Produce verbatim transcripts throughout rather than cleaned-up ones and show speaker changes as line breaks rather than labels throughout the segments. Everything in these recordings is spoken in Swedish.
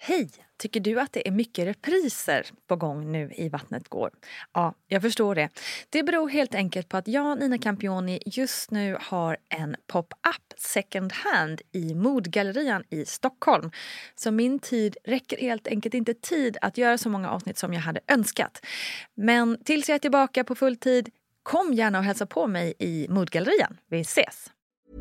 Hej! Tycker du att det är mycket repriser på gång nu i Vattnet går? Ja, jag förstår det. Det beror helt enkelt på att jag, Nina Campioni, just nu har en pop-up second hand i Modgallerian i Stockholm. Så min tid räcker helt enkelt inte tid att göra så många avsnitt som jag hade önskat. Men tills jag är tillbaka på full tid, kom gärna och hälsa på mig i Modgallerian. Vi ses!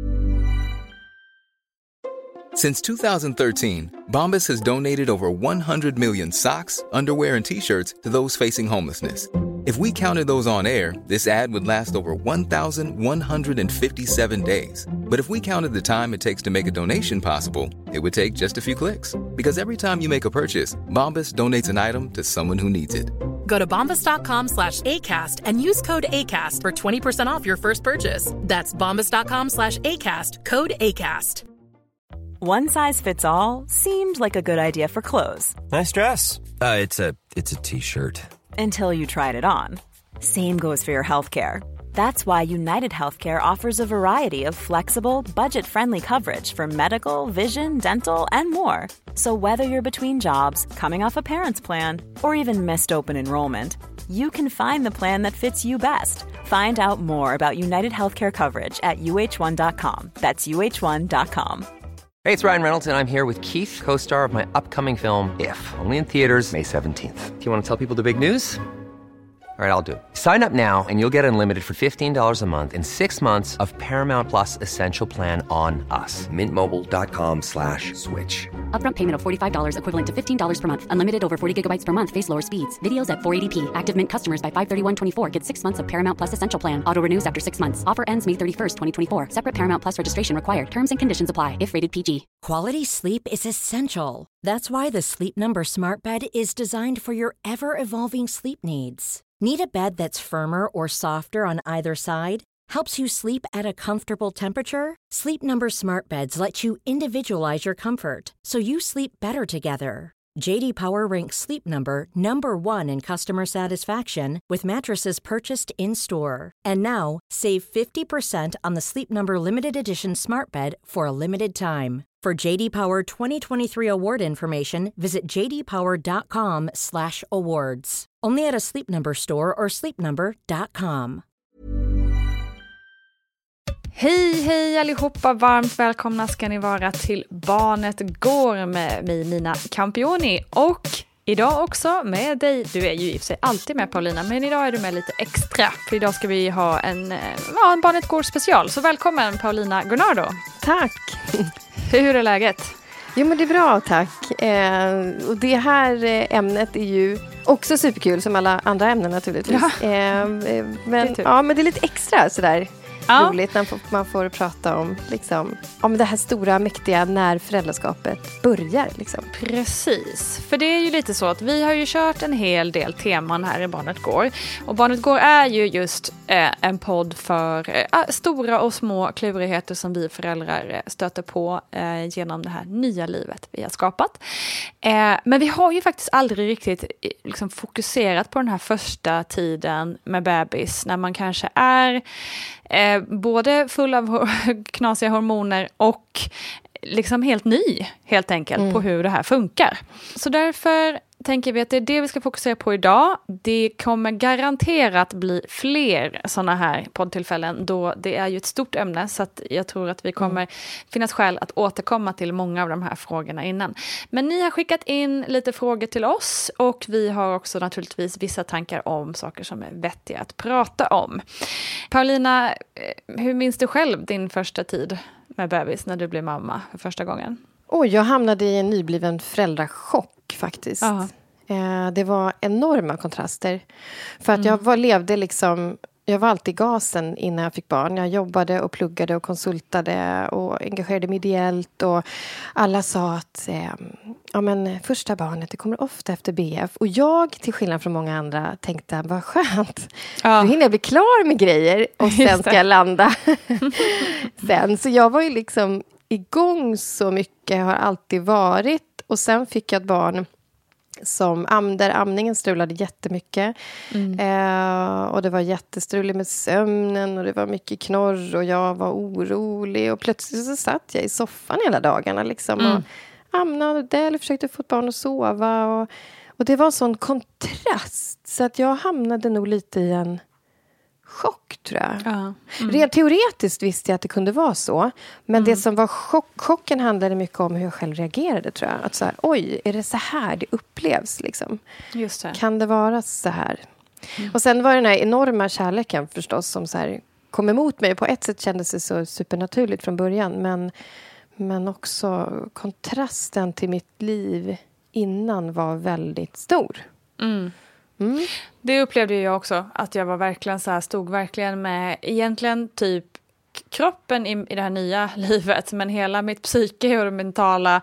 Since two thousand thirteen, Bombas has donated over one hundred million socks, underwear, and T-shirts to those facing homelessness. If we counted those on air, this ad would last over one thousand one hundred fifty-seven days. But if we counted the time it takes to make a donation possible, it would take just a few clicks. Because every time you make a purchase, Bombas donates an item to someone who needs it.
Go to bombas.com slash ACAST and use code ACAST for twenty percent off your first purchase. That's bombas.com slash ACAST, code ACAST.
One size fits all seemed like a good idea for clothes.
Nice dress. Uh, it's a it's a t-shirt.
Until you tried it on. Same goes for your healthcare. That's why United Healthcare offers a variety of flexible, budget-friendly coverage for medical, vision, dental, and more. So whether you're between jobs, coming off a parent's plan, or even missed open enrollment, you can find the plan that fits you best. Find out more about United Healthcare coverage at U H one dot com. That's U H one dot com.
Hey, it's Ryan Reynolds, and I'm here with Keith, co-star of my upcoming film, If, only in theaters May seventeenth. Do you want to tell people the big news? All right, I'll do it. Sign up now and you'll get unlimited for fifteen dollars a month and six months of Paramount Plus Essential Plan on us. Mint Mobile dot com slash switch.
Upfront payment of forty-five dollars equivalent to fifteen dollars per month. Unlimited over forty gigabytes per month. Face lower speeds. Videos at four eighty p. Active Mint customers by five thirty-one twenty-four get six months of Paramount Plus Essential Plan. Auto renews after six months. Offer ends May thirty-first, twenty twenty-four. Separate Paramount Plus registration required. Terms and conditions apply if rated P G.
Quality sleep is essential. That's why the Sleep Number Smart Bed is designed for your ever-evolving sleep needs. Need a bed that's firmer or softer on either side? Helps you sleep at a comfortable temperature? Sleep Number Smart Beds let you individualize your comfort, so you sleep better together. J D Power ranks Sleep Number number one in customer satisfaction with mattresses purchased in-store. And now, save fifty percent on the Sleep Number Limited Edition Smart Bed for a limited time. For J D Power twenty twenty-three award information, visit j d power dot com slash awards. Only at a Sleep Number store or sleep number dot com.
Hej, hej allihopa! Varmt välkomna ska ni vara till Barnet går med mig, Nina Campioni. Och idag också med dig, du är ju i och för sig alltid med Paulina, men idag är du med lite extra. För idag ska vi ha en, ja, en Barnet går special. Så välkommen Paulina Gunnardo.
Tack!
Hur är läget?
Jo men det är bra, tack. Eh, och det här ämnet är ju också superkul som alla andra ämnen naturligtvis. Ja. Eh, men, ja, men det är lite extra sådär. Ja. Roligt när man får, man får prata om, liksom, om det här stora, mäktiga när föräldraskapet börjar. Liksom.
Precis, för det är ju lite så att vi har ju kört en hel del teman här i Barnet går. Och Barnet går är ju just eh, en podd för eh, stora och små klurigheter som vi föräldrar stöter på eh, genom det här nya livet vi har skapat. Eh, men vi har ju faktiskt aldrig riktigt eh, liksom, fokuserat på den här första tiden med bebis när man kanske är Eh, både full av knasiga hormoner och liksom helt ny helt enkelt mm. på hur det här funkar. Så därför tänker vi att det är det vi ska fokusera på idag. Det kommer garanterat bli fler sådana här poddtillfällen då det är ju ett stort ämne så att jag tror att vi kommer mm. finnas skäl att återkomma till många av de här frågorna innan. Men ni har skickat in lite frågor till oss och vi har också naturligtvis vissa tankar om saker som är vettiga att prata om. Paulina, hur minns du själv din första tid med bebis när du blev mamma för första gången?
Oh, jag hamnade i en nybliven föräldrachock faktiskt. Eh, det var enorma kontraster. För att mm. jag var, levde liksom... Jag var alltid i gasen innan jag fick barn. Jag jobbade och pluggade och konsultade och engagerade mig ideellt. Och alla sa att eh, ja, men första barnet det kommer ofta efter B F. Och jag, till skillnad från många andra, tänkte vad skönt. Ja. Nu hinner jag bli klar med grejer och sen ska jag landa. sen. Så jag var ju liksom igång så mycket, har alltid varit. Och sen fick jag ett barn som am, där amningen strulade jättemycket. Mm. Eh, och det var jättestruligt med sömnen och det var mycket knorr och jag var orolig. Och plötsligt så satt jag i soffan hela dagarna liksom. Mm. Och amnade eller försökte få ett barn att sova. Och, och det var en sån kontrast. Så att jag hamnade nog lite i en chock, tror jag.
Ja. Mm.
Rent teoretiskt visste jag att det kunde vara så. Men mm. det som var chock, chocken handlade mycket om hur jag själv reagerade, tror jag. Att så här, oj, är det så här det upplevs? Liksom?
Just det.
Kan det vara så här?
Mm.
Och sen var det den här enorma kärleken förstås som så här kom emot mig. På ett sätt kändes det så supernaturligt från början. Men, men också kontrasten till mitt liv innan var väldigt stor.
Mm.
Mm.
Det upplevde jag också. Att jag var verkligen så här, stod verkligen med egentligen typ kroppen i, i det här nya livet. Men hela mitt psyke och det mentala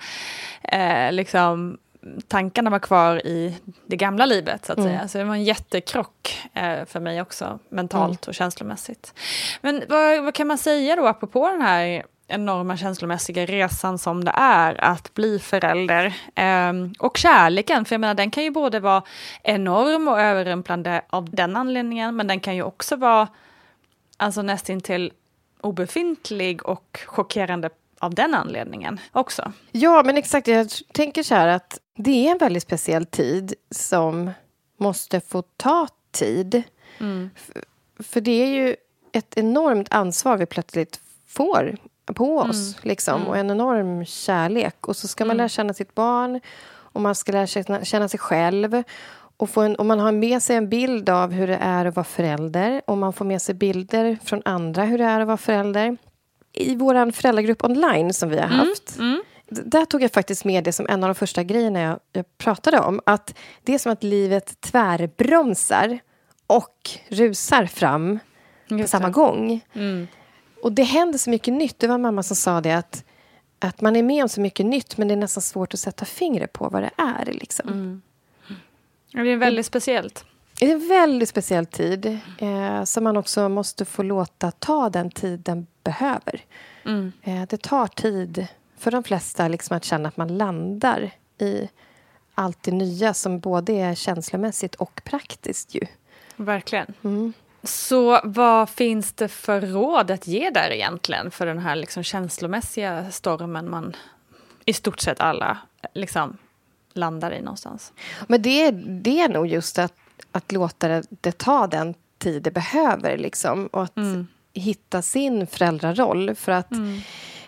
eh, liksom tankarna var kvar i det gamla livet, så att mm. säga. Så det var en jättekrock eh, för mig också, mentalt mm. och känslomässigt. Men vad, vad kan man säga då apropå den här enorma känslomässiga resan som det är att bli förälder? Eh, och kärleken, för jag menar, den kan ju både vara enorm och överrumplande av den anledningen, men den kan ju också vara alltså nästintill obefintlig och chockerande av den anledningen också.
Ja, men exakt. Jag tänker så här att det är en väldigt speciell tid som måste få ta tid. Mm. För, för det är ju ett enormt ansvar vi plötsligt får på oss. Mm. Liksom, mm. Och en enorm kärlek. Och så ska man mm. lära känna sitt barn. Och man ska lära känna, känna sig själv. Och, få en, och man har med sig en bild av hur det är att vara förälder. Och man får med sig bilder från andra hur det är att vara förälder. I vår föräldragrupp online som vi har haft. Mm, mm. Där tog jag faktiskt med det som en av de första grejerna jag, jag pratade om. Att det är som att livet tvärbromsar och rusar fram Just på samma det. gång. Mm. Och det händer så mycket nytt. Det var mamma som sa det att, att man är med om så mycket nytt, men det är nästan svårt att sätta fingret på vad det är. Liksom.
Mm. Det är väldigt speciellt.
Det är en väldigt speciell tid eh, som man också måste få låta ta den tid den behöver. Mm. Eh, det tar tid för de flesta liksom, att känna att man landar i allt det nya som både är känslomässigt och praktiskt. Ju.
Verkligen.
Mm.
Så vad finns det för råd att ge där egentligen för den här liksom, känslomässiga stormen man i stort sett alla liksom, landar i någonstans? Men
det, det är nog just att Att låta det, det ta den tid det behöver. Liksom, och att mm. hitta sin föräldraroll. För att mm.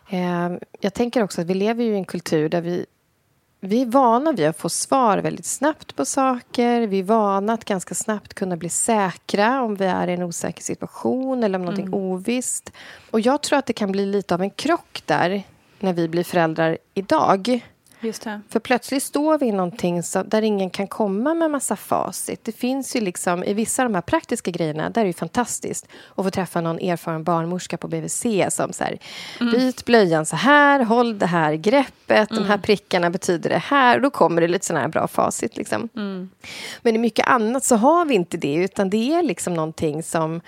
eh, jag tänker också att vi lever ju i en kultur där vi, vi är vana vid att få svar väldigt snabbt på saker. Vi är vana att ganska snabbt kunna bli säkra om vi är i en osäker situation eller om någonting mm. ovisst. Och jag tror att det kan bli lite av en krock där när vi blir föräldrar idag.
Just det.
För plötsligt står vi i någonting så, där ingen kan komma med massa facit. Det finns ju liksom, i vissa av de här praktiska grejerna, där är det ju fantastiskt att få träffa någon erfaren barnmorska på B V C som så här, mm. byt blöjan så här, håll det här greppet, mm. de här prickarna betyder det här. Och då kommer det lite sådana här bra facit liksom. Mm. Men i mycket annat så har vi inte det, utan det är liksom någonting som,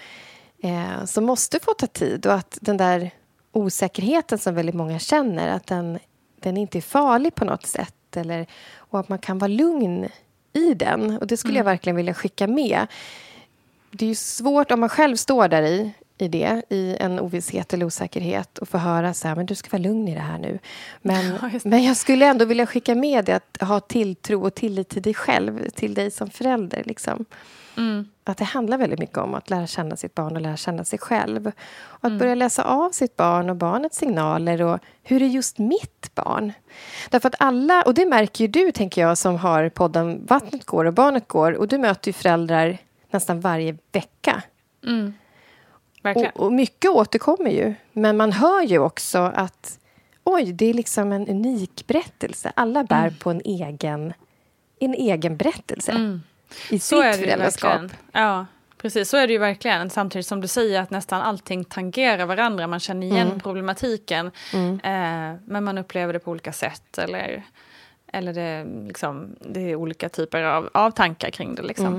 eh, som måste få ta tid. Och att den där osäkerheten som väldigt många känner, att den den inte är farlig på något sätt. Eller, och att man kan vara lugn i den. Och det skulle mm. jag verkligen vilja skicka med. Det är ju svårt om man själv står där i, i det. I en ovisshet eller osäkerhet. Och få höra så här, men du ska vara lugn i det här nu. Men, ja, men jag skulle ändå vilja skicka med det. Att ha tilltro och tillit till dig själv. Till dig som förälder liksom. Mm. Att det handlar väldigt mycket om att lära känna sitt barn och lära känna sig själv. Och att mm. börja läsa av sitt barn och barnets signaler och hur är just mitt barn. Därför att alla, och det märker ju du tänker jag som har podden Vattnet går och barnet går. Och du möter ju föräldrar nästan varje vecka.
Mm. Verkligen.
Och, och mycket återkommer ju. Men man hör ju också att oj, det är liksom en unik berättelse. Alla bär mm. på en egen, en egen berättelse. Mm. I
så
sitt föräldraskap.
Ja, precis. Så är det ju verkligen. Samtidigt som du säger att nästan allting tangerar varandra. Man känner igen mm. problematiken. Mm. Eh, men man upplever det på olika sätt. Eller, eller det, liksom, det är olika typer av, av tankar kring det. Liksom. Mm.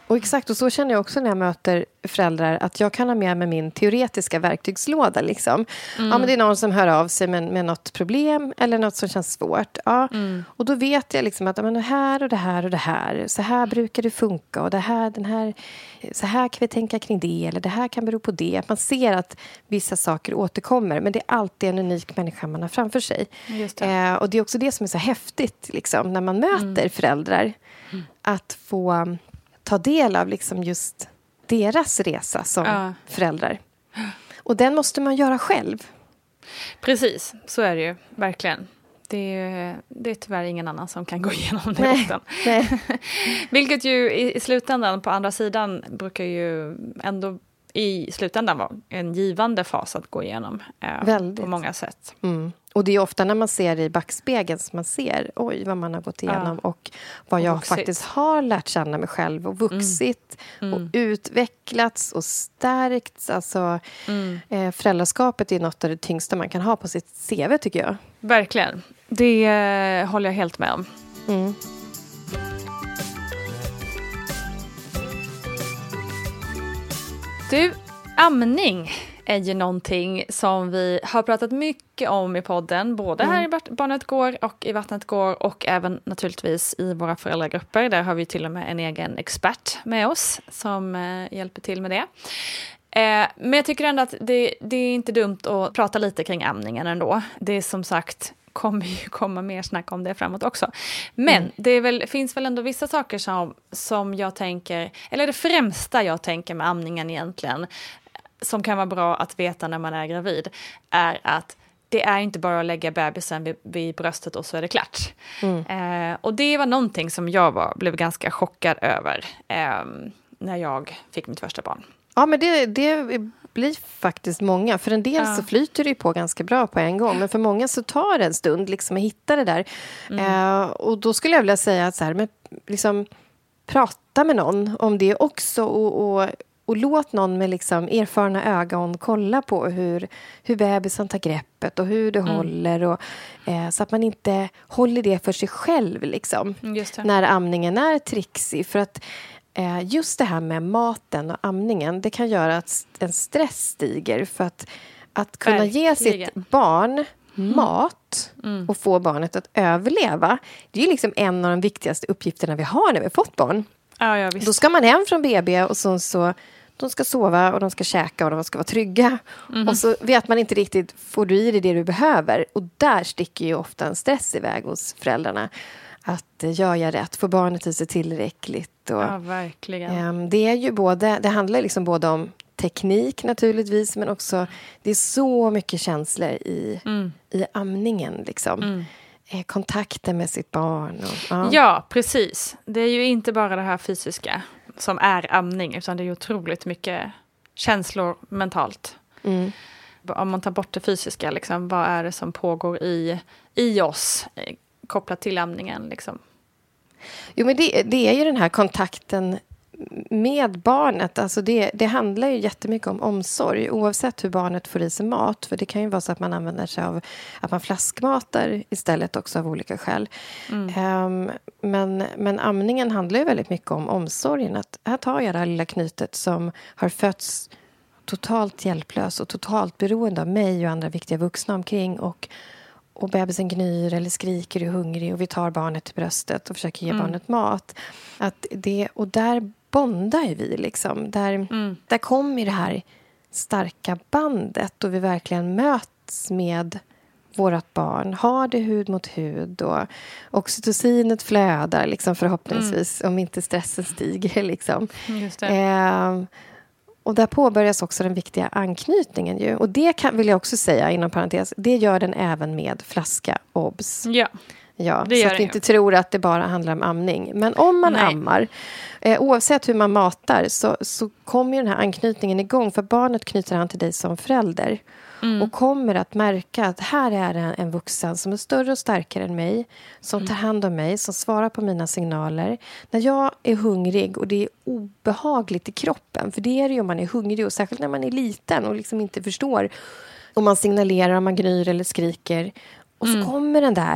Och exakt, och så känner jag också när jag möter föräldrar att jag kan ha med mig min teoretiska verktygslåda. Liksom. Mm. Ja, men det är någon som hör av sig med, med något problem eller något som känns svårt. Ja. Mm. Och då vet jag liksom att men det här och det här och det här, så här brukar det funka och det här, den här, så här kan vi tänka kring det eller det här kan bero på det. Att man ser att vissa saker återkommer, men det är alltid en unik människa man har framför sig. Just det. Eh, och det är också det som är så häftigt liksom, när man möter mm. föräldrar. Mm. Att få ta del av liksom just deras resa som ja. föräldrar. Och den måste man göra själv.
Precis, så är det ju. Verkligen. Det är, det är tyvärr ingen annan som kan gå igenom det.
Nej, nej.
Vilket ju i, i slutändan, på andra sidan, brukar ju ändå i slutändan vara en givande fas att gå igenom. Eh, på många sätt.
Mm. Och det är ofta när man ser i backspegeln som man ser oj vad man har gått igenom ja. och vad jag vuxit. faktiskt har lärt känna mig själv och vuxit mm. Mm. och utvecklats och stärkts. Alltså, mm. eh, föräldraskapet är något av det tyngsta man kan ha på sitt C V tycker jag.
Verkligen. Det eh, håller jag helt med om. Mm. Du, amning är ju någonting som vi har pratat mycket om i podden. Både här mm. i Barnet går och i Vattnet går och även naturligtvis i våra föräldragrupper. Där har vi till och med en egen expert med oss som eh, hjälper till med det. Eh, men jag tycker ändå att det, det är inte dumt att prata lite kring amningen ändå. Det är som sagt kommer ju komma mer snack om det framåt också. Men mm. det är väl, finns väl ändå vissa saker som, som jag tänker, eller det främsta jag tänker med amningen egentligen, som kan vara bra att veta när man är gravid, är att det är inte bara att lägga bebisen vid, vid bröstet och så är det klart. Mm. Eh, och det var någonting som jag var, blev ganska chockad över eh, när jag fick mitt första barn.
Ja, men det, det blir faktiskt många. För en del ja. så flyter det ju på ganska bra på en gång. Men för många så tar det en stund liksom att hitta det där. Mm. Eh, och då skulle jag vilja säga att så här, men liksom, prata med någon om det också. Och, och, och låt någon med liksom erfarna ögon kolla på hur, hur bebisen tar greppet och hur det mm. håller. Och, eh, så att man inte håller det för sig själv liksom, när amningen är trixig. För att just det här med maten och amningen, det kan göra att en stress stiger. För att, att kunna Verkligen. ge sitt barn mm. mat mm. och få barnet att överleva, det är ju liksom en av de viktigaste uppgifterna vi har när vi har fått barn.
Ja, ja, visst.
Då ska man hem från B B och så, så de ska sova och de ska käka och de ska vara trygga. Mm. Och så vet man inte riktigt, får du i dig det du behöver? Och där sticker ju ofta en stress iväg hos föräldrarna. Att gör jag rätt? Får barnet i sig tillräckligt? Och,
ja, verkligen.
Um, det är ju både, det handlar liksom både om teknik naturligtvis, men också det är så mycket känslor i, mm. i amningen liksom. Mm. Eh, kontakten med sitt barn. Och, ja.
ja, precis. Det är ju inte bara det här fysiska som är amning, utan det är ju otroligt mycket känslor mentalt. Mm. Om man tar bort det fysiska, liksom, vad är det som pågår i, i oss kopplat till amningen liksom?
Jo, men det, det är ju den här kontakten med barnet. Alltså det, det handlar ju jättemycket om omsorg, oavsett hur barnet får i sig mat. För det kan ju vara så att man använder sig av att man flaskmatar istället också av olika skäl. Mm. Um, men, men amningen handlar ju väldigt mycket om omsorgen. Att här tar jag det här lilla knytet som har fötts totalt hjälplös och totalt beroende av mig och andra viktiga vuxna omkring. Och Och bebisen gnyr eller skriker och är hungrig och vi tar barnet till bröstet och försöker ge mm. barnet mat. Att det, och där bondar ju vi liksom. Där, mm. där kommer det här starka bandet och vi verkligen möts med vårat barn. Har det hud mot hud och oxytocinet flödar liksom förhoppningsvis mm. om inte stressen stiger liksom.
Just det.
Eh, Och där påbörjas också den viktiga anknytningen ju. Och det kan, vill jag också säga inom parentes, det gör den även med flaska obs.
Ja,
ja så att vi inte tror att det bara handlar om amning. Men om man Nej. ammar, eh, oavsett hur man matar, så, så kommer ju den här anknytningen igång. För barnet knyter an till dig som förälder. Mm. Och kommer att märka att här är en, en vuxen som är större och starkare än mig. Som mm. tar hand om mig, som svarar på mina signaler. När jag är hungrig och det är obehagligt i kroppen. För det är det ju om man är hungrig och särskilt när man är liten och liksom inte förstår. Om man signalerar, om man gnyr eller skriker. Och så mm. kommer den där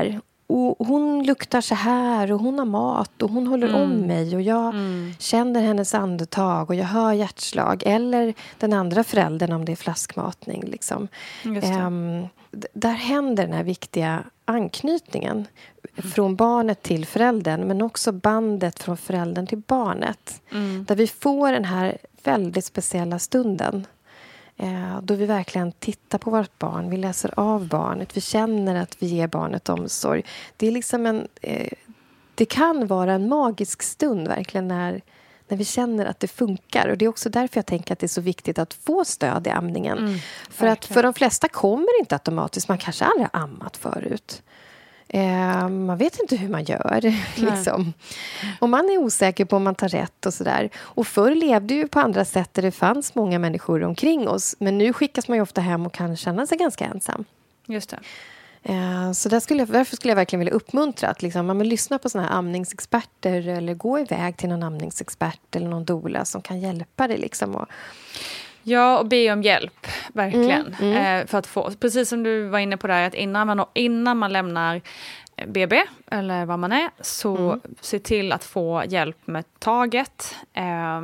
och hon luktar så här och hon har mat och hon håller mm. om mig och jag mm. känner hennes andetag och jag hör hjärtslag. Eller den andra föräldern om det är flaskmatning. Liksom. Um, d- där händer den här viktiga anknytningen mm. från barnet till föräldern, men också bandet från föräldern till barnet. Mm. Där vi får den här väldigt speciella stunden. Eh, då vi verkligen tittar på vårt barn. Vi läser av barnet. Vi känner att vi ger barnet omsorg. Det är liksom en... Eh, det kan vara en magisk stund verkligen när, när vi känner att det funkar. Och det är också därför jag tänker att det är så viktigt att få stöd i amningen. Mm, för att för de flesta kommer inte automatiskt. Man kanske aldrig har ammat förut. Eh, man vet inte hur man gör. liksom. Och man är osäker på om man tar rätt och sådär. Och förr levde ju på andra sätt där det fanns många människor omkring oss. Men nu skickas man ju ofta hem och kan känna sig ganska ensam.
Just det.
Eh, så där skulle jag, därför skulle jag verkligen vilja uppmuntra att liksom, man vill lyssna på såna här amningsexperter eller gå iväg till någon amningsexpert eller någon doula som kan hjälpa dig liksom och
ja, och be om hjälp, verkligen.
Mm, mm.
Eh, för att få, precis som du var inne på där, att innan man, innan man lämnar B B, eller vad man är, så mm. se till att få hjälp med taget. Eh,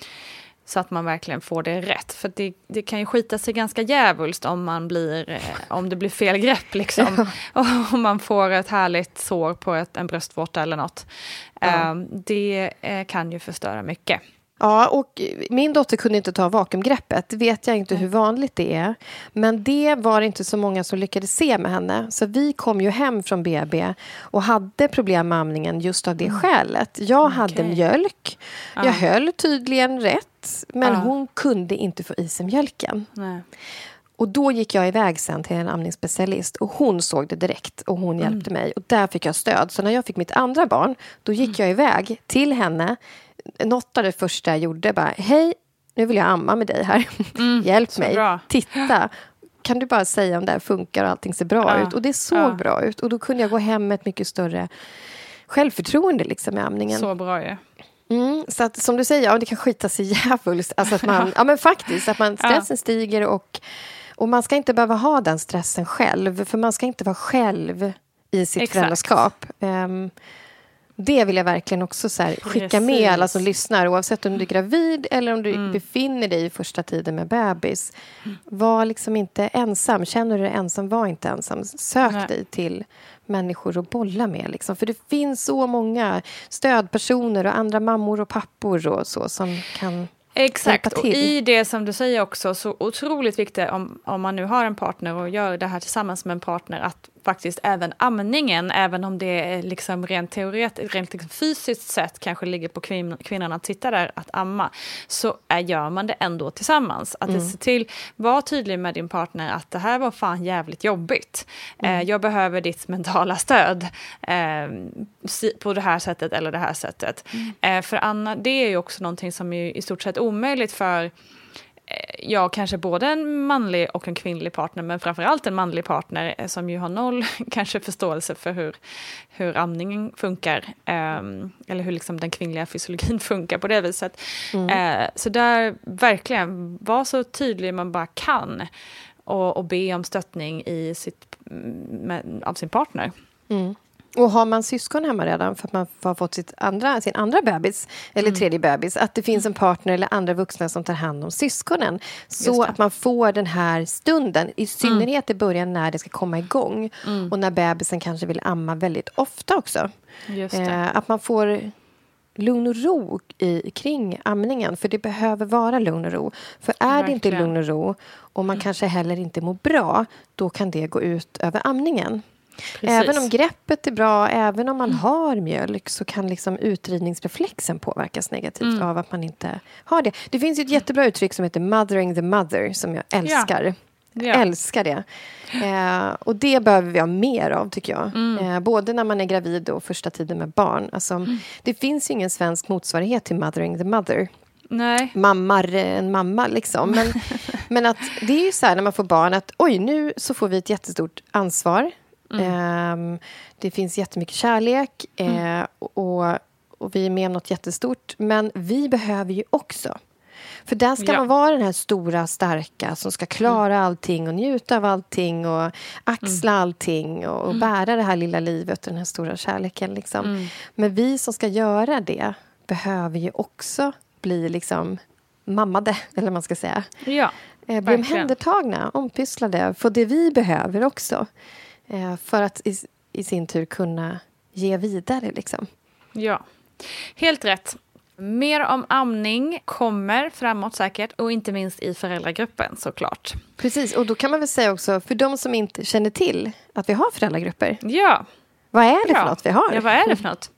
så att man verkligen får det rätt. För det, det kan ju skita sig ganska jävulst om man blir, eh, om det blir fel grepp liksom. Och om man får ett härligt sår på ett, en bröstvårta eller något.
Ja.
Eh, det eh, kan ju förstöra mycket.
Ja, och min dotter kunde inte ta vakuumgreppet. Det vet jag inte hur vanligt det är. Men det var inte så många som lyckades se med henne. Så vi kom ju hem från B B och hade problem med amningen just av det mm. skälet. Jag okay. hade mjölk. Jag ja. höll tydligen rätt. Men ja. hon kunde inte få i sig mjölken. Nej. Och då gick jag iväg sen till en amningsspecialist. Och hon såg det direkt. Och hon mm. hjälpte mig. Och där fick jag stöd. Så när jag fick mitt andra barn, då gick mm. jag iväg till henne. Något av det första jag gjorde bara, hej, nu vill jag amma med dig här. Mm, hjälp mig, bra. Titta. Kan du bara säga om det här funkar och allting ser bra ja, ut? Och det såg ja. bra ut. Och då kunde jag gå hem med ett mycket större självförtroende liksom i amningen.
Så bra, ja.
Mm, så att, som du säger, ja, det kan skita sig jävligt. Alltså att man, ja men faktiskt, att man, stressen ja. stiger och, och man ska inte behöva ha den stressen själv. För man ska inte vara själv i sitt Exakt. föräldraskap. Um, Det vill jag verkligen också så här, skicka Precis. med alla som lyssnar. Oavsett om du är gravid eller om du mm. befinner dig i första tiden med bebis. Mm. Var liksom inte ensam. Känner du dig ensam, var inte ensam. Sök Nej. dig till människor att bolla med. Liksom. För det finns så många stödpersoner och andra mammor och pappor och så som kan...
Exakt, och i det som du säger också så otroligt viktigt om, om man nu har en partner och gör det här tillsammans med en partner att faktiskt även amningen, även om det är liksom rent teoretiskt, rent liksom fysiskt sett kanske ligger på kvin, kvinnan att sitta där att amma, så är, gör man det ändå tillsammans. Att mm. se till, var tydlig med din partner att det här var fan jävligt jobbigt. Mm. Eh, jag behöver ditt mentala stöd eh, på det här sättet eller det här sättet. Mm. Eh, för Anna, det är ju också någonting som är i stort sett omöjligt för ja, kanske både en manlig och en kvinnlig partner, men framförallt en manlig partner som ju har noll kanske förståelse för hur, hur amningen funkar, eh, eller hur liksom den kvinnliga fysiologin funkar på det viset. Mm. Eh, så där verkligen var så tydlig man bara kan och, och be om stöttning i sitt, med, av sin partner. Mm.
Och har man syskon hemma redan för att man har fått sitt andra, sin andra bebis eller mm. tredje bebis, att det finns en partner eller andra vuxna som tar hand om syskonen. Så att man får den här stunden, i synnerhet mm. i början när det ska komma igång. Mm. Och när bebisen kanske vill amma väldigt ofta också. Just det. Eh, att man får lugn och ro i, kring amningen. För det behöver vara lugn och ro. För är Verkligen. det inte lugn och ro och man mm. kanske heller inte mår bra, då kan det gå ut över amningen. Precis. Även om greppet är bra, även om man mm. har mjölk, så kan liksom utridningsreflexen påverkas negativt mm. av att man inte har det. Det finns ju ett jättebra uttryck som heter mothering the mother, som jag älskar. Ja. Ja. Jag älskar det. Eh, och det behöver vi ha mer av, tycker jag. Mm. Eh, både när man är gravid och första tiden med barn. Alltså, mm. det finns ju ingen svensk motsvarighet till mothering the mother.
Nej.
Mammar en mamma liksom. Men, men att det är ju så här när man får barn att oj, nu så får vi ett jättestort ansvar. Mm. Eh, det finns jättemycket kärlek eh, mm. och, och vi är med om något jättestort. Men vi behöver ju också För där ska
Ja.
man vara den här stora, starka som ska klara mm. allting och njuta av allting och axla mm. allting och, och bära det här lilla livet och den här stora kärleken. Liksom. Mm. Men vi som ska göra det behöver ju också bli liksom mammade, eller vad man ska säga.
Ja,
eh, bli omhändertagna, ompysslade, få det vi behöver också. Eh, för att i, i sin tur kunna ge vidare. Liksom.
Ja, helt rätt. Mer om amning kommer framåt säkert och inte minst i föräldragruppen såklart.
Precis, och då kan man väl säga också för de som inte känner till att vi har föräldragrupper.
Ja.
Vad är det
Bra.
för något vi har?
Ja, vad är det för något?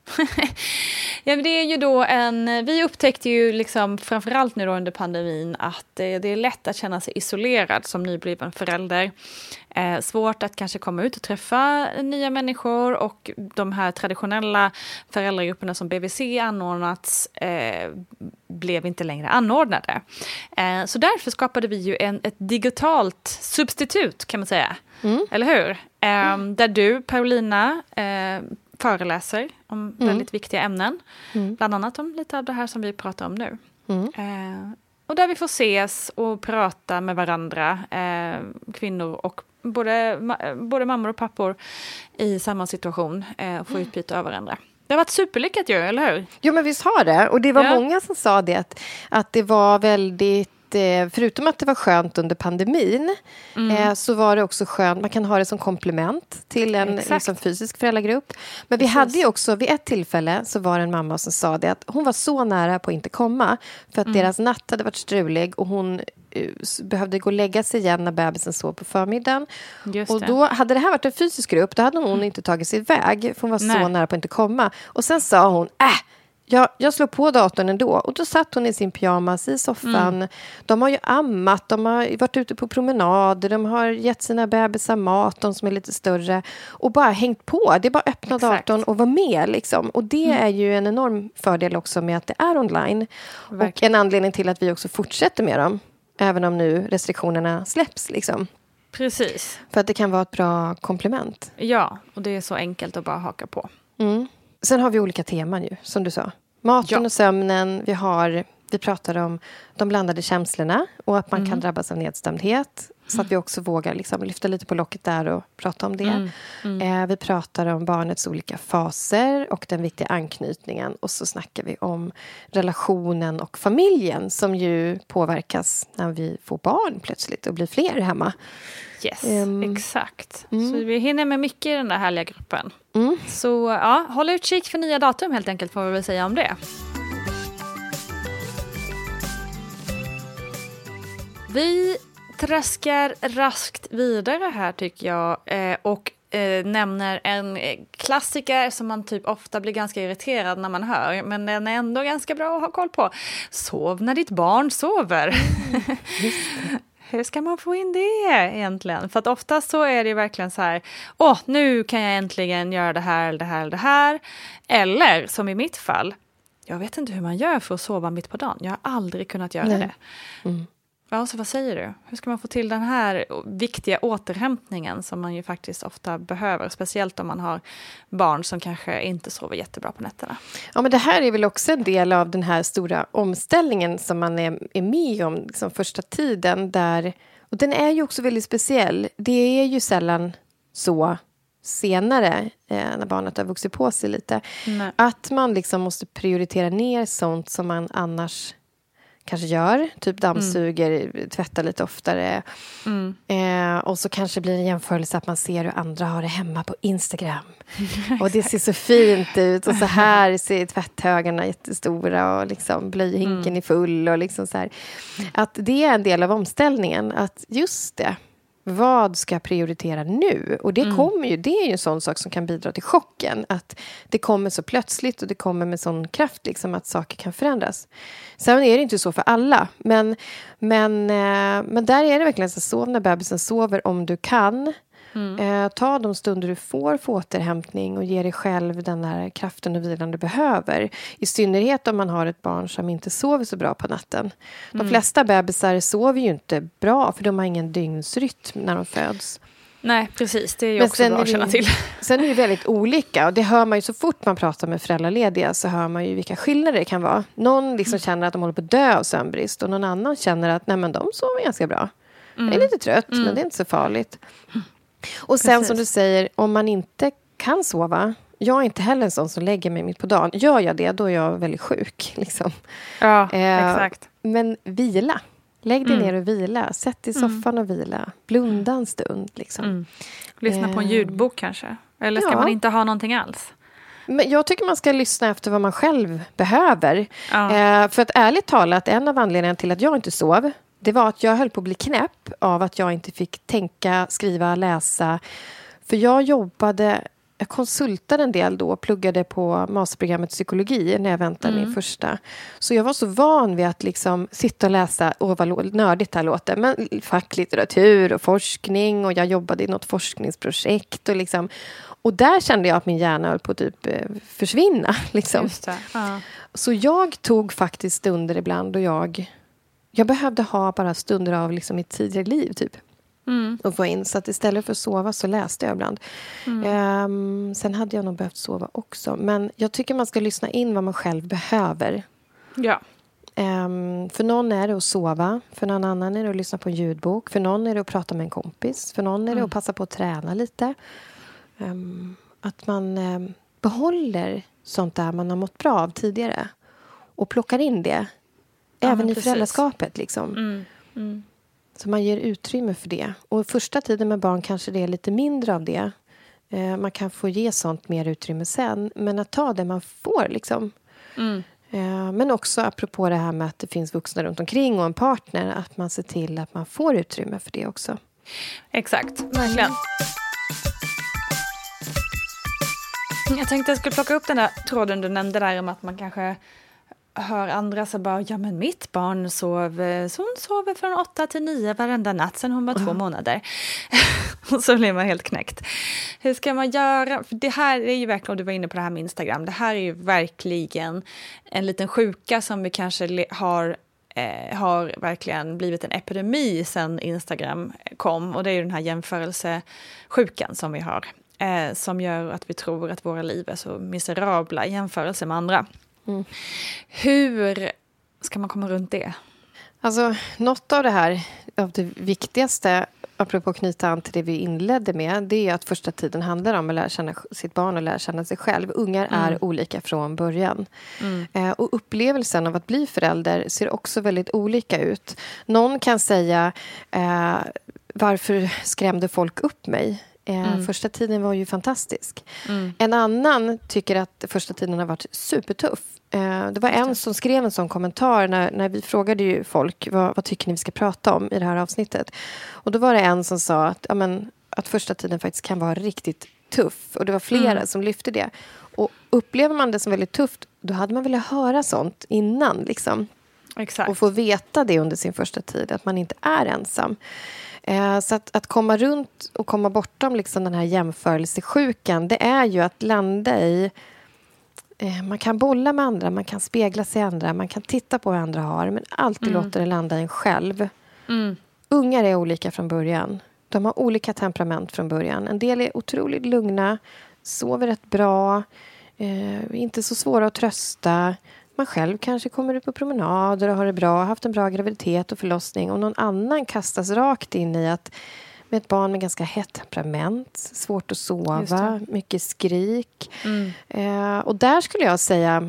Ja, men det är ju då en... Vi upptäckte ju liksom framförallt nu då under pandemin att det, det är lätt att känna sig isolerad som nybliven förälder. Eh, svårt att kanske komma ut och träffa nya människor och de här traditionella föräldragrupperna som B V C anordnats eh, blev inte längre anordnade. Eh, så därför skapade vi ju en, ett digitalt substitut kan man säga. Mm. Eller hur? Eh, mm. Där du, Paulina, eh, föreläser om mm. väldigt viktiga ämnen. Mm. Bland annat om lite av det här som vi pratar om nu. Mm. Eh, och där vi får ses och prata med varandra, eh, kvinnor och både, både mammor och pappor i samma situation eh, och få mm. utbyta av varandra. Det har varit superlyckat ju, eller hur?
Jo, men visst har det. Och det var ja. många som sa det, att, att det var väldigt förutom att det var skönt under pandemin mm. eh, så var det också skönt, man kan ha det som komplement till en liksom, fysisk föräldragrupp. Men vi Precis. hade ju också, vid ett tillfälle så var det en mamma som sa det att hon var så nära på att inte komma för att mm. deras natt hade varit strulig och hon uh, behövde gå och lägga sig igen när bebisen sov på förmiddagen.
Just
och
det.
då hade det här varit en fysisk grupp, då hade hon mm. inte tagit sig iväg för hon var Nej. så nära på att inte komma. Och sen sa hon, äh Jag, jag slår på datorn ändå. Och då satt hon i sin pyjamas i soffan. Mm. De har ju ammat, de har varit ute på promenader, de har gett sina bebisar mat, de som är lite större. Och bara hängt på. Det är bara öppna Exakt. datorn och vara med. Liksom. Och det mm. är ju en enorm fördel också med att det är online. Verkligen. Och en anledning till att vi också fortsätter med dem. Även om nu restriktionerna släpps. Liksom.
Precis.
För att det kan vara ett bra komplement.
Ja, och det är så enkelt att bara haka på.
Mm. Sen har vi olika teman ju, som du sa. Maten ja. och sömnen, vi har, vi pratar om de blandade känslorna och att man mm. kan drabbas av nedstämdhet. Så att vi också vågar liksom lyfta lite på locket där och prata om det. Mm. Mm. Eh, vi pratar om barnets olika faser och den viktiga anknytningen. Och så snackar vi om relationen och familjen som ju påverkas när vi får barn plötsligt och blir fler hemma.
Yes, um, exakt. Mm. Så vi hinner med mycket i den där härliga gruppen. Mm. Så ja, håll utkik för nya datum helt enkelt får vi väl säga om det. Vi traskar raskt vidare här tycker jag eh, och eh, nämner en klassiker som man typ ofta blir ganska irriterad när man hör, men den är ändå ganska bra att ha koll på. Sov när ditt barn sover. Mm, hur ska man få in det egentligen? För att ofta så är det verkligen så här, åh, nu kan jag äntligen göra det här, det här, det här. Eller som i mitt fall, jag vet inte hur man gör för att sova mitt på dagen. Jag har aldrig kunnat göra Nej. det. Mm. Ja, så vad säger du? Hur ska man få till den här viktiga återhämtningen som man ju faktiskt ofta behöver, speciellt om man har barn som kanske inte sover jättebra på nätterna?
Ja, men det här är väl också en del av den här stora omställningen som man är, är med om liksom första tiden. Där, och den är ju också väldigt speciell. Det är ju sällan så senare, eh, när barnet har vuxit på sig lite, Nej. att man liksom måste prioritera ner sånt som man annars kanske gör, typ dammsuger, mm. tvättar lite oftare. Mm. Eh, och så kanske blir det en jämförelse att man ser hur andra har det hemma på Instagram. Och det ser så fint ut. Och så här ser tvätthögarna jättestora och liksom blöjhinken mm. är full. Och liksom så här. Att det är en del av omställningen. Att just det, vad ska jag prioritera nu? Och det mm. kommer ju, det är ju en sån sak som kan bidra till chocken. Att det kommer så plötsligt och det kommer med sån kraft liksom att saker kan förändras. Sen är det inte så för alla. Men, men, eh, men där är det verkligen så, sov när bebisen sover om du kan. Mm. Eh, ta de stunder du får för återhämtning och ge dig själv den här kraften och vilan du behöver. I synnerhet om man har ett barn som inte sover så bra på natten. De mm. flesta bebisar sover ju inte bra för de har ingen dygnsrytm när de föds.
Nej, precis. Det är ju
Men
också bra att känna till.
Sen är det väldigt olika. Och det hör man ju så fort man pratar med föräldralediga, så hör man ju vilka skillnader det kan vara. Någon liksom mm. känner att de håller på att dö av sömnbrist. Och någon annan känner att nej, men de sover ganska bra. Mm. Jag är lite trött, mm. men det är inte så farligt. Och sen precis. Som du säger, om man inte kan sova. Jag är inte heller en sån som lägger mig mitt på dagen. Gör jag det, då är jag väldigt sjuk. Liksom.
Ja,
eh,
exakt.
Men vila. Lägg dig
mm.
ner och vila. Sätt dig i soffan och vila. Blunda en stund. Liksom.
Mm. Lyssna på en ljudbok kanske. Eller ska
ja.
man inte ha någonting alls?
Men jag tycker man ska lyssna efter vad man själv behöver.
Ja.
Eh, för att ärligt talat, en av anledningarna till att jag inte sov, det var att jag höll på att bli knäpp av att jag inte fick tänka, skriva, läsa. För jag jobbade... Jag konsultade en del då och pluggade på masterprogrammet psykologi när jag väntade mm. min första. Så jag var så van vid att liksom sitta och läsa, och vad nördigt det här låter, men facklitteratur och forskning, och jag jobbade i något forskningsprojekt. Och, liksom, och där kände jag att min hjärna höll på att typ försvinna. Liksom.
Just det. Ja.
Så jag tog faktiskt stunder ibland och jag, jag behövde ha bara stunder av liksom mitt tidigare liv typ. Mm. Och få in. Så att istället för att sova så läste jag ibland. Mm. Um, sen hade jag nog behövt sova också. Men jag tycker man ska lyssna in vad man själv behöver.
Ja.
Um, för någon är det att sova. För någon annan är det att lyssna på en ljudbok. För någon är det att prata med en kompis. För någon är det mm. att passa på att träna lite. Um, att man um, behåller sånt där man har mått bra av tidigare. Och plockar in det. Ja, även i föräldraskapet liksom.
Mm. Mm.
Så man ger utrymme för det. Och första tiden med barn kanske det är lite mindre av det. Eh, man kan få ge sånt mer utrymme sen. Men att ta det man får liksom.
Mm.
Eh, men också apropå det här med att det finns vuxna runt omkring och en partner. Att man ser till att man får utrymme för det också.
Exakt, verkligen. Jag tänkte jag skulle plocka upp den där tråden du nämnde där om att man kanske... hör andra så bara, ja men mitt barn sov, så hon sover från åtta till nio varenda natt sen hon var två månader. Och så blir man helt knäckt. Hur ska man göra? För det här är ju verkligen, och du var inne på det här med Instagram, det här är ju verkligen en liten sjuka som vi kanske har, eh, har verkligen blivit en epidemi sen Instagram kom. Och det är ju den här jämförelsesjukan som vi har. Eh, som gör att vi tror att våra liv är så miserabla i jämförelse med andra. Mm. Hur ska man komma runt det?
Alltså, något av det här, av det viktigaste, apropå att knyta an till det vi inledde med, det är att första tiden handlar om att lära känna sitt barn och lära känna sig själv. Ungar mm. är olika från början. Mm. Eh, och upplevelsen av att bli förälder ser också väldigt olika ut. Någon kan säga, eh, varför skrämde folk upp mig? Mm. Första tiden var ju fantastisk. Mm. En annan tycker att första tiden har varit supertuff. Det var en som skrev en sån kommentar när, när vi frågade ju folk vad, vad tycker ni vi ska prata om i det här avsnittet. Och då var det en som sa att, ja, men, att första tiden faktiskt kan vara riktigt tuff. Och det var flera mm. som lyfte det. Och upplever man det som väldigt tufft, då hade man velat höra sånt innan. Liksom.
Exakt.
Och få veta det under sin första tid, att man inte är ensam. Eh, så att, att komma runt och komma bortom liksom den här jämförelsesjukan, det är ju att landa i... Eh, man kan bolla med andra, man kan spegla sig i andra, man kan titta på vad andra har, men alltid mm. låter det landa i en själv. Mm. Ungar är olika från början. De har olika temperament från början. En del är otroligt lugna, sover rätt bra, eh, inte så svåra att trösta. Man själv kanske kommer ut på promenader och har det bra, haft en bra graviditet och förlossning. Och någon annan kastas rakt in i att med ett barn med ganska hett temperament, svårt att sova, mycket skrik. Mm. Eh, och där skulle jag säga,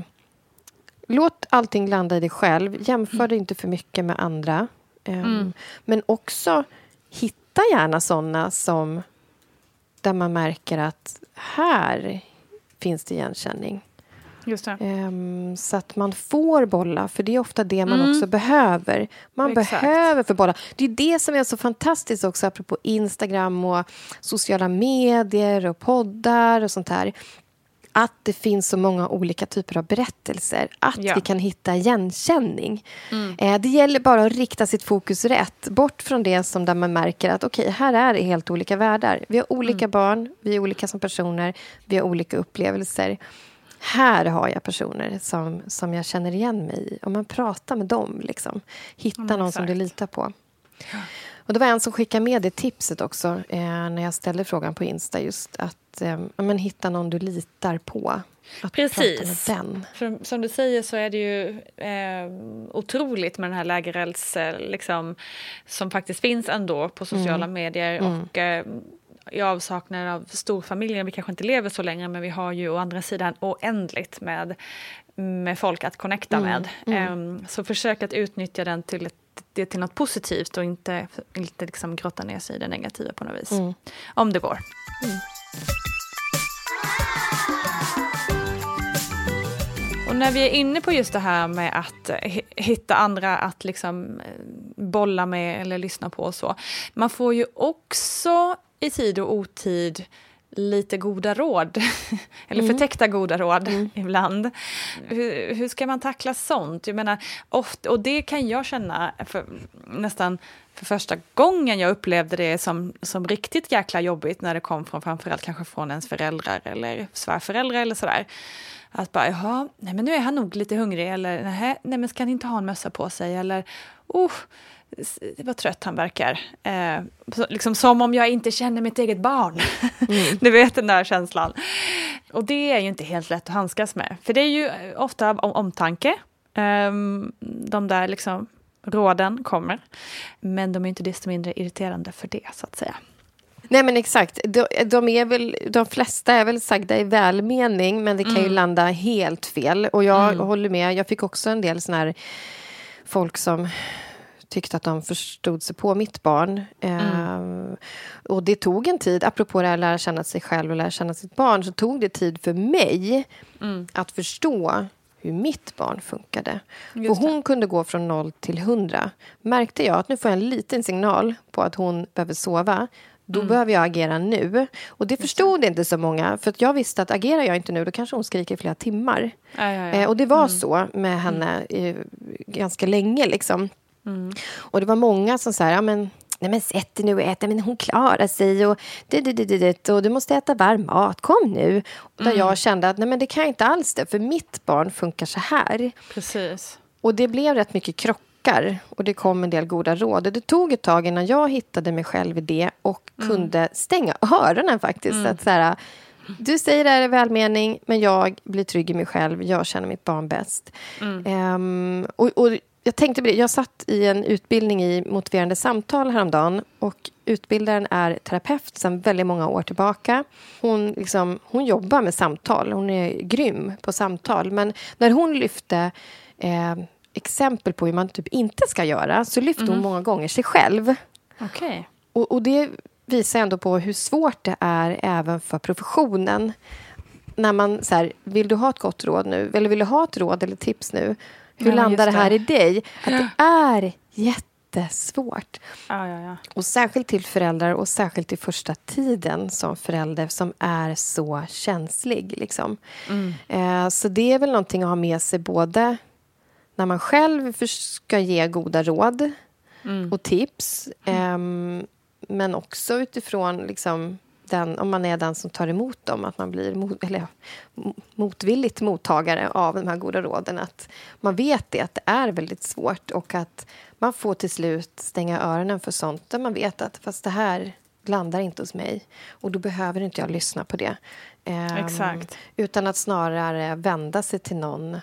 låt allting landa i dig själv. Jämför mm. det inte för mycket med andra. Eh, mm. Men också hitta gärna sådana som där man märker att här finns det igenkänning.
Just det.
Um, så att man får bolla, för det är ofta det man mm. också behöver. Man
Exakt.
behöver för bolla. Det är det som är så fantastiskt också apropå Instagram och sociala medier och poddar och sånt här. Att det finns så många olika typer av berättelser. Att ja. vi kan hitta igenkänning. Mm. Eh, det gäller bara att rikta sitt fokus rätt. Bort från det som där man märker att okej, okay, här är det helt olika världar. Vi har olika mm. barn, vi är olika som personer, vi har olika upplevelser. Här har jag personer som, som jag känner igen mig i. Om man pratar med dem, liksom. Hitta mm, någon exakt. som du litar på. Ja. Och det var en som skickade med det tipset också eh, när jag ställde frågan på Insta, just att eh, men, hitta någon du litar på. Att
Precis.
Prata med den.
För, som du säger så är det ju eh, otroligt med den här lägerelds eh, liksom, som faktiskt finns ändå på sociala mm. medier
Mm.
och eh, i avsaknad av storfamiljer. Vi kanske inte lever så länge, men vi har ju å andra sidan oändligt med, med folk att connecta
mm.
med.
Mm.
Eh, så försök att utnyttja den till ett det till något positivt och inte, inte liksom grotta ner sig i det negativa på något vis. Mm. Om det går. Mm. Och när vi är inne på just det här med att hitta andra att liksom bolla med eller lyssna på och så. Man får ju också i tid och otid lite goda råd. Eller mm. förtäckta goda råd mm. ibland. Hur, hur ska man tackla sånt? Jag menar, ofta, och det kan jag känna för, nästan för första gången jag upplevde det som, som riktigt jäkla jobbigt när det kom från framförallt kanske från ens föräldrar eller svärföräldrar eller sådär. Att bara, jaha, nej men nu är han nog lite hungrig eller nej, nej men ska han inte ha en mössa på sig eller, oh, vad trött han verkar. Eh, liksom som om jag inte känner mitt eget barn. Mm. Du vet den där känslan. Och det är ju inte helt lätt att handskas med. För det är ju ofta om, omtanke. Eh, de där liksom råden kommer. Men de är inte desto mindre irriterande för det, så att säga.
Nej men exakt, de, de, är väl, de flesta är väl sagda i välmening, men det kan mm. ju landa helt fel. Och jag mm. håller med, jag fick också en del sån här folk som tyckte att de förstod sig på mitt barn. Mm. Eh, och det tog en tid, apropå det här att lära känna sig själv och lära känna sitt barn, så tog det tid för mig mm. att förstå hur mitt barn funkade. Just och hon det. kunde gå från noll till hundra. Märkte jag att nu får jag en liten signal på att hon behöver sova. Då mm. behöver jag agera nu. Och det förstod det. inte så många. För att jag visste att agerar jag inte nu, då kanske hon skriker i flera timmar. Ja, ja, ja. Eh, och det var mm. så med henne eh, ganska länge liksom. Mm. Och det var många som sa, ja men, nej men sätt dig nu och äta, men hon klarar sig och, det, det, det, det, och du måste äta varm mat, kom nu. Och där mm. jag kände att nej men det kan jag inte alls det, för mitt barn funkar så här.
Precis.
Och det blev rätt mycket krockar och det kom en del goda råd. Och det tog ett tag innan jag hittade mig själv i det och mm. kunde stänga öronen faktiskt. Mm. Att så här, du säger det här är välmening, men jag blir trygg i mig själv, jag känner mitt barn bäst. Mm. Um, och, och Jag tänkte på det. Jag satt i en utbildning i motiverande samtal häromdagen och utbildaren är terapeut sedan väldigt många år tillbaka. Hon, liksom, hon jobbar med samtal. Hon är grym på samtal. Men när hon lyfte eh, exempel på hur man typ inte ska göra så lyfte mm. hon många gånger sig själv.
Okay.
Och, och det visar ändå på hur svårt det är även för professionen. När man så här, vill du ha ett gott råd nu? Eller vill du ha ett råd eller tips nu? Hur ja, landar det här i dig? Att det är jättesvårt.
Ja, ja, ja.
Och särskilt till föräldrar och särskilt i första tiden som förälder som är så känslig. Liksom. Mm. Eh, så det är väl någonting att ha med sig både när man själv ska ge goda råd mm. och tips. Eh, men också utifrån liksom, den, om man är den som tar emot dem, att man blir mot, eller, motvilligt mottagare av de här goda råden, att man vet det, att det är väldigt svårt och att man får till slut stänga öronen för sånt där man vet att fast det här landar inte hos mig och då behöver inte jag lyssna på det. Um,
Exakt.
Utan att snarare vända sig till någon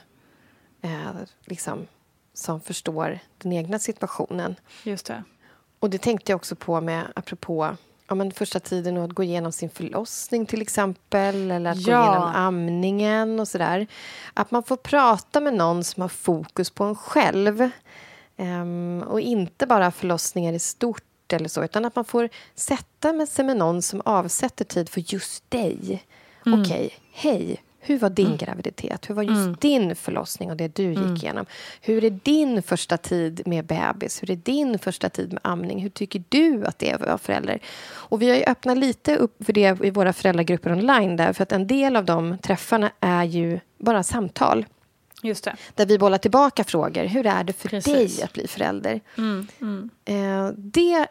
uh, liksom, som förstår den egna situationen.
Just det.
Och det tänkte jag också på med, apropå ja, men första tiden att gå igenom sin förlossning till exempel. Eller att ja. gå igenom amningen och sådär. Att man får prata med någon som har fokus på en själv. Um, och inte bara förlossningar i stort eller så. Utan att man får sätta sig med någon som avsätter tid för just dig. Mm. Okej, okay, hej. Hur var din mm. graviditet? Hur var just mm. din förlossning och det du gick mm. igenom? Hur är din första tid med bebis? Hur är din första tid med amning? Hur tycker du att det är att vara förälder? Och vi har ju öppnat lite upp för det i våra föräldragrupper online där. För att en del av de träffarna är ju bara samtal.
Just det.
Där vi bollar tillbaka frågor. Hur är det för
Precis.
dig att bli förälder?
Mm. Mm.
Eh, det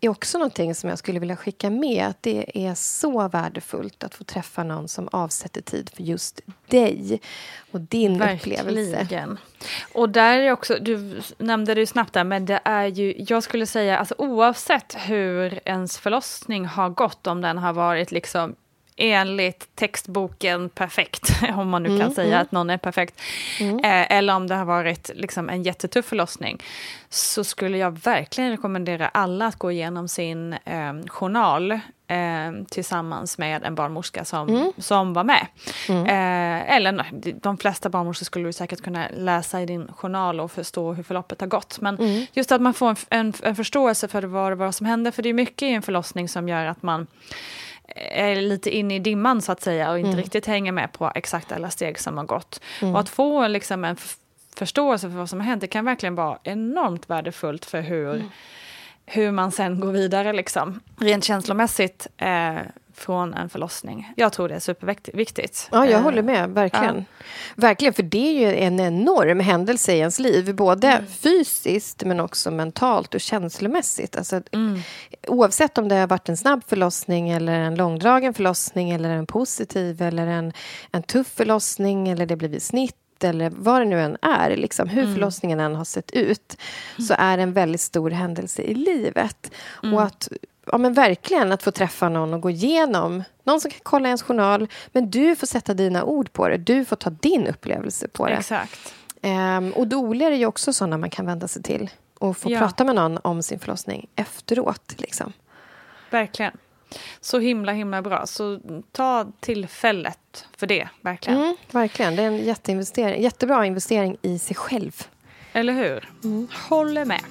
är också någonting som jag skulle vilja skicka med. Att det är så värdefullt att få träffa någon som avsätter tid för just dig och din
Verkligen.
upplevelse.
Och där är också, du nämnde det ju snabbt där, men det är ju, jag skulle säga, alltså oavsett hur ens förlossning har gått, om den har varit liksom enligt textboken perfekt, om man nu kan mm, säga mm. att någon är perfekt, mm. eh, eller om det har varit liksom en jättetuff förlossning, så skulle jag verkligen rekommendera alla att gå igenom sin eh, journal eh, tillsammans med en barnmorska som, mm. som var med. Mm. Eh, eller de flesta barnmorskor skulle du säkert kunna läsa i din journal och förstå hur förloppet har gått. Men mm. just att man får en, en, en förståelse för vad, vad som händer, för det är mycket i en förlossning som gör att man är lite inne i dimman så att säga och inte mm. riktigt hänger med på exakt alla steg som har gått. Mm. Och att få liksom en f- förståelse för vad som har hänt, det kan verkligen vara enormt värdefullt för hur, mm. hur man sen går vidare liksom. Rent känslomässigt eh, från en förlossning. Jag tror det är superviktigt.
Ja, jag håller med, verkligen. Ja. Verkligen, för det är ju en enorm händelse i ens liv, både mm. fysiskt men också mentalt och känslomässigt. Alltså, mm. oavsett om det har varit en snabb förlossning eller en långdragen förlossning eller en positiv eller en, en tuff förlossning eller det blivit snitt eller vad det nu än är, liksom, hur mm. förlossningen än har sett ut, mm. så är det en väldigt stor händelse i livet. Mm. Och att Ja, men verkligen att få träffa någon och gå igenom. Någon som kan kolla ens journal. Men du får sätta dina ord på det. Du får ta din upplevelse på det.
Exakt.
Um, och doler är ju också sådana man kan vända sig till. Och få ja. prata med någon om sin förlossning efteråt. Liksom.
Verkligen. Så himla, himla bra. Så ta tillfället för det, verkligen.
Mm, verkligen. Det är en jätteinvestering, jättebra investering i sig själv.
Eller hur? Mm. Håller med.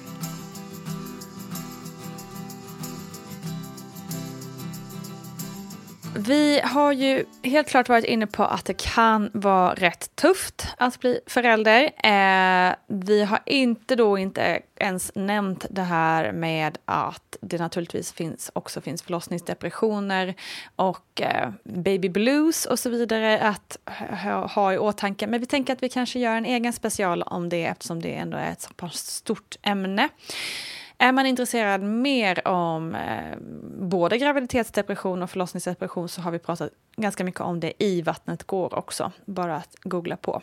Vi har ju helt klart varit inne på att det kan vara rätt tufft att bli förälder. Eh, vi har inte då inte ens nämnt det här med att det naturligtvis finns, också finns förlossningsdepressioner och eh, baby blues och så vidare att ha, ha i åtanke. Men vi tänker att vi kanske gör en egen special om det eftersom det ändå är ett så pass stort ämne. Är man intresserad mer om eh, både graviditetsdepression och förlossningsdepression så har vi pratat ganska mycket om det i Vattnet går också. Bara att googla på.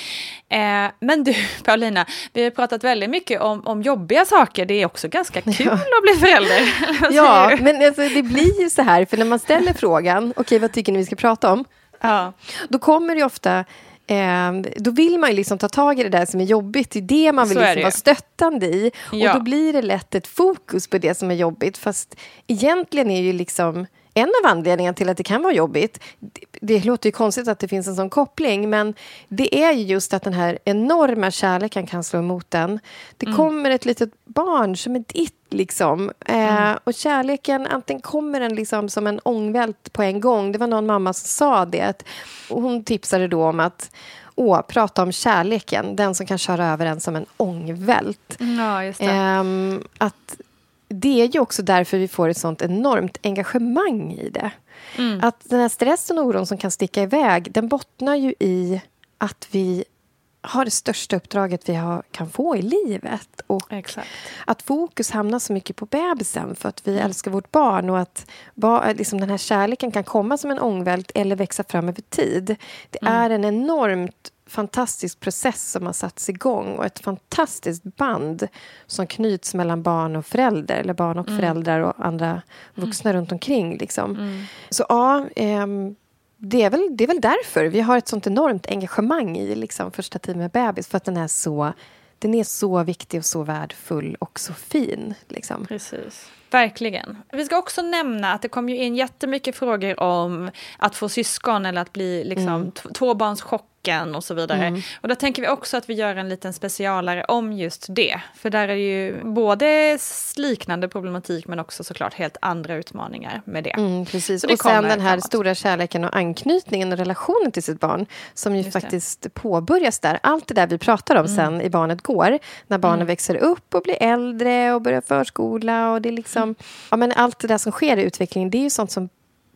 Eh, men du, Paulina, vi har pratat väldigt mycket om, om jobbiga saker. Det är också ganska kul ja. att bli förälder.
Ja, men alltså, det blir ju så här. För när man ställer frågan, okej, okay, vad tycker ni vi ska prata om?
Ja.
Då kommer det ofta... Eh, då vill man ju liksom ta tag i det där som är jobbigt. Det är det man vill liksom vara stöttande i. Ja. Och då blir det lätt ett fokus på det som är jobbigt. Fast egentligen är ju liksom en av anledningarna till att det kan vara jobbigt. Det, det låter ju konstigt att det finns en sån koppling. Men det är ju just att den här enorma kärleken kan slå emot den. Det mm. kommer ett litet barn som är ditt. Liksom. Mm. Eh, och kärleken, antingen kommer den liksom som en ångvält på en gång. Det var någon mamma som sa det. Och hon tipsade då om att åh, prata om kärleken. Den som kan köra över en som en ångvält.
Ja, just det.
Eh, att det är ju också därför vi får ett sånt enormt engagemang i det. Mm. Att den här stressen och oron som kan sticka iväg, den bottnar ju i att vi har det största uppdraget vi har, kan få i livet. Och
Exakt.
att fokus hamnar så mycket på bebisen för att vi mm. älskar vårt barn och att ba, liksom den här kärleken kan komma som en ångvält eller växa fram över tid. Det mm. är en enormt fantastisk process som har satts igång och ett fantastiskt band som knyts mellan barn och förälder eller barn och mm. föräldrar och andra vuxna mm. runt omkring liksom. Mm. Så ja, ehm, Det är, väl, det är väl därför vi har ett sånt enormt engagemang i liksom, första tiden med bebis. För att den är så, den är så viktig och så värdefull och så fin. Liksom.
Precis. Verkligen. Vi ska också nämna att det kom ju in jättemycket frågor om att få syskon eller att bli liksom, mm. t- tvåbarnschocken och så vidare. Mm. Och då tänker vi också att vi gör en liten specialare om just det. För där är det ju både liknande problematik men också såklart helt andra utmaningar med det.
Mm, precis. Det och sen den här framåt. Stora kärleken och anknytningen och relationen till sitt barn som ju just faktiskt det. Påbörjas där. Allt det där vi pratar om mm. sen i Barnet går. När barnen mm. växer upp och blir äldre och börjar förskola och det är liksom, mm. ja, men allt det där som sker i utvecklingen, det är ju sånt som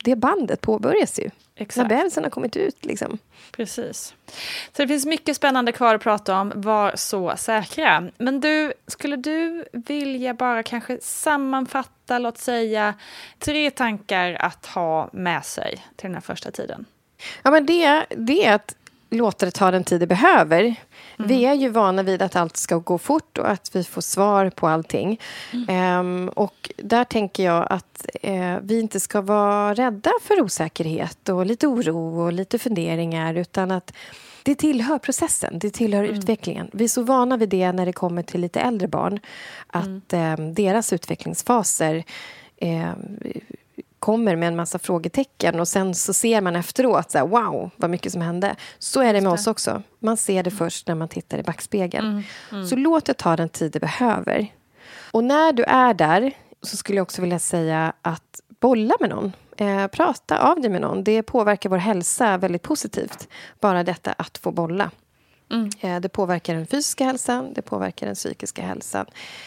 det bandet påbörjas ju.
Exakt.
När bebisen har kommit ut liksom.
Precis. Så det finns mycket spännande kvar att prata om. Var så säkra. Men du, skulle du vilja bara kanske sammanfatta, låt säga, tre tankar att ha med sig till den här första tiden?
Ja, men det, det är att låta det ta den tid det behöver. Mm. Vi är ju vana vid att allt ska gå fort och att vi får svar på allting. Mm. Um, och där tänker jag att uh, vi inte ska vara rädda för osäkerhet och lite oro och lite funderingar, utan att det tillhör processen, det tillhör mm. utvecklingen. Vi är så vana vid det när det kommer till lite äldre barn, att mm. um, deras utvecklingsfaser um, kommer med en massa frågetecken och sen så ser man efteråt så här, wow, vad mycket som hände. Så är det med oss också. Man ser det först när man tittar i backspegeln. Mm, mm. Så låt det ta den tid det behöver. Och när du är där så skulle jag också vilja säga att bolla med någon. Eh, prata av dig med någon. Det påverkar vår hälsa väldigt positivt. Bara detta att få bolla. Mm. Eh, det påverkar den fysiska hälsan. Det påverkar den psykiska hälsan.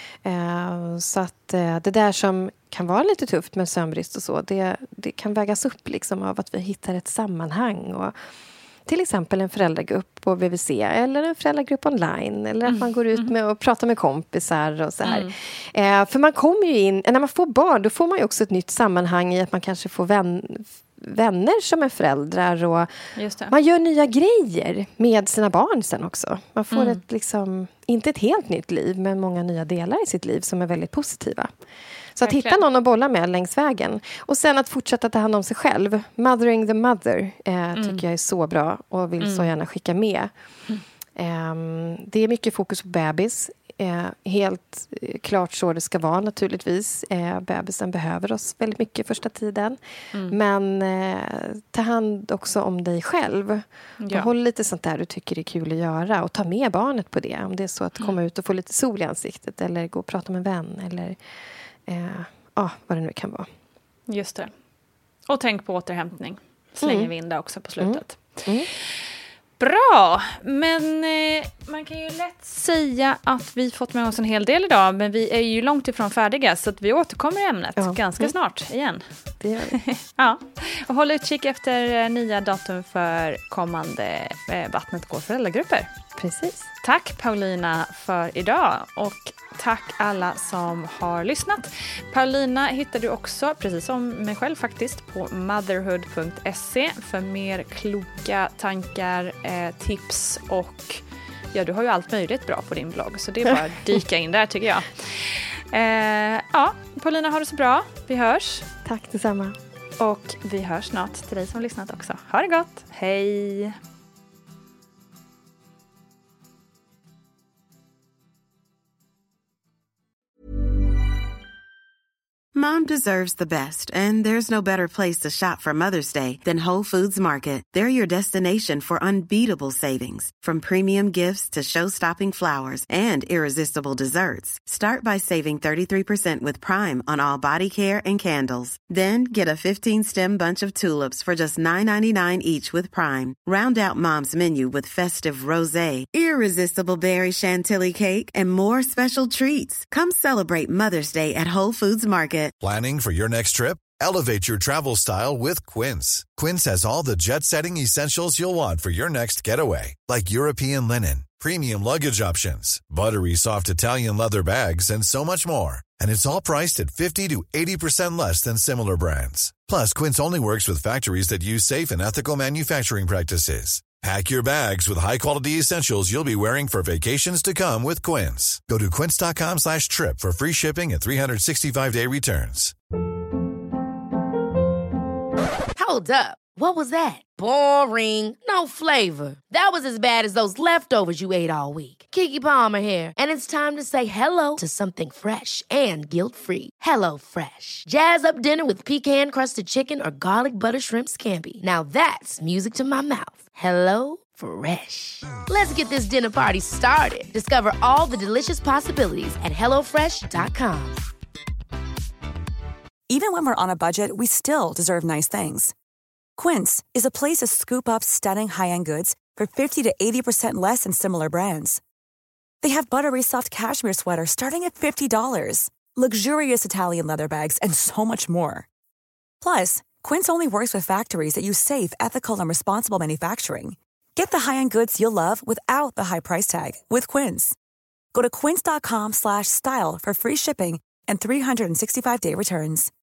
Eh, så att eh, det där som kan vara lite tufft med sömnbrist och så, det, det kan vägas upp liksom av att vi hittar ett sammanhang. Och till exempel en föräldragrupp på B V C eller en föräldragrupp online. Eller att mm. man går ut med och pratar med kompisar och så här. Mm. Eh, för man kommer ju in, när man får barn, då får man ju också ett nytt sammanhang i att man kanske får vän, vänner som är föräldrar. Och man gör nya grejer med sina barn sen också. Man får mm. ett liksom, inte ett helt nytt liv, men många nya delar i sitt liv som är väldigt positiva. Så att hitta någon att bolla med längs vägen. Och sen att fortsätta ta hand om sig själv. Mothering the mother eh, mm. tycker jag är så bra. Och vill mm. så gärna skicka med. Mm. Eh, det är mycket fokus på bebis. Eh, helt eh, klart så det ska vara naturligtvis. Eh, bebisen behöver oss väldigt mycket första tiden. Mm. Men eh, ta hand också om dig själv. Ja. Och håll lite sånt där du tycker är kul att göra. Och ta med barnet på det. Om det är så att komma mm. ut och få lite sol i ansiktet. Eller gå och prata med en vän. Eller... Ja, eh, ah, vad det nu kan vara.
Just det. Och tänk på återhämtning. Slänger mm. vi in det också på slutet. Mm. Mm. Bra, men eh, man kan ju lätt säga att vi fått med oss en hel del idag. Men vi är ju långt ifrån färdiga, så att vi återkommer i ämnet ja. ganska mm. snart igen.
Det gör vi.
Ja. Och håll utkik efter eh, nya datum för kommande eh, Vattnet går föräldragrupper.
Precis.
Tack Paulina för idag, och tack alla som har lyssnat. Paulina hittar du också, precis som mig själv faktiskt, på motherhood punkt se för mer kloka tankar, eh, tips och ja, du har ju allt möjligt bra på din blogg, så det är bara att dyka in där tycker jag. Eh, ja, Paulina, har det så bra. Vi hörs.
Tack detsamma.
Och vi hörs snart till dig som har lyssnat också. Ha det gott. Hej!
Mom deserves the best, and there's no better place to shop for Mother's Day than Whole Foods Market. They're your destination for unbeatable savings, from premium gifts to show-stopping flowers and irresistible desserts. Start by saving thirty-three percent with Prime on all body care and candles. Then get a fifteen-stem bunch of tulips for just nine ninety-nine each with Prime. Round out Mom's menu with festive rosé, irresistible berry chantilly cake, and more special treats. Come celebrate Mother's Day at Whole Foods Market.
Planning for your next trip? Elevate your travel style with Quince. Quince has all the jet-setting essentials you'll want for your next getaway, like European linen, premium luggage options, buttery soft Italian leather bags, and so much more. And it's all priced at fifty to eighty percent less than similar brands. Plus, Quince only works with factories that use safe and ethical manufacturing practices. Pack your bags with high-quality essentials you'll be wearing for vacations to come with Quince. Go to quince.com slash trip for free shipping and three sixty-five day returns.
Hold up. What was that? Boring. No flavor. That was as bad as those leftovers you ate all week. Keke Palmer here, and it's time to say hello to something fresh and guilt-free. Hello Fresh. Jazz up dinner with pecan-crusted chicken or garlic butter shrimp scampi. Now that's music to my mouth. Hello Fresh. Let's get this dinner party started. Discover all the delicious possibilities at hello fresh dot com.
Even when we're on a budget, we still deserve nice things. Quince is a place to scoop up stunning high-end goods for fifty to eighty percent less than similar brands. They have buttery soft cashmere sweaters starting at fifty dollars, luxurious Italian leather bags, and so much more. Plus, Quince only works with factories that use safe, ethical, and responsible manufacturing. Get the high-end goods you'll love without the high price tag with Quince. Go to quince.com slash style for free shipping and three sixty-five day returns.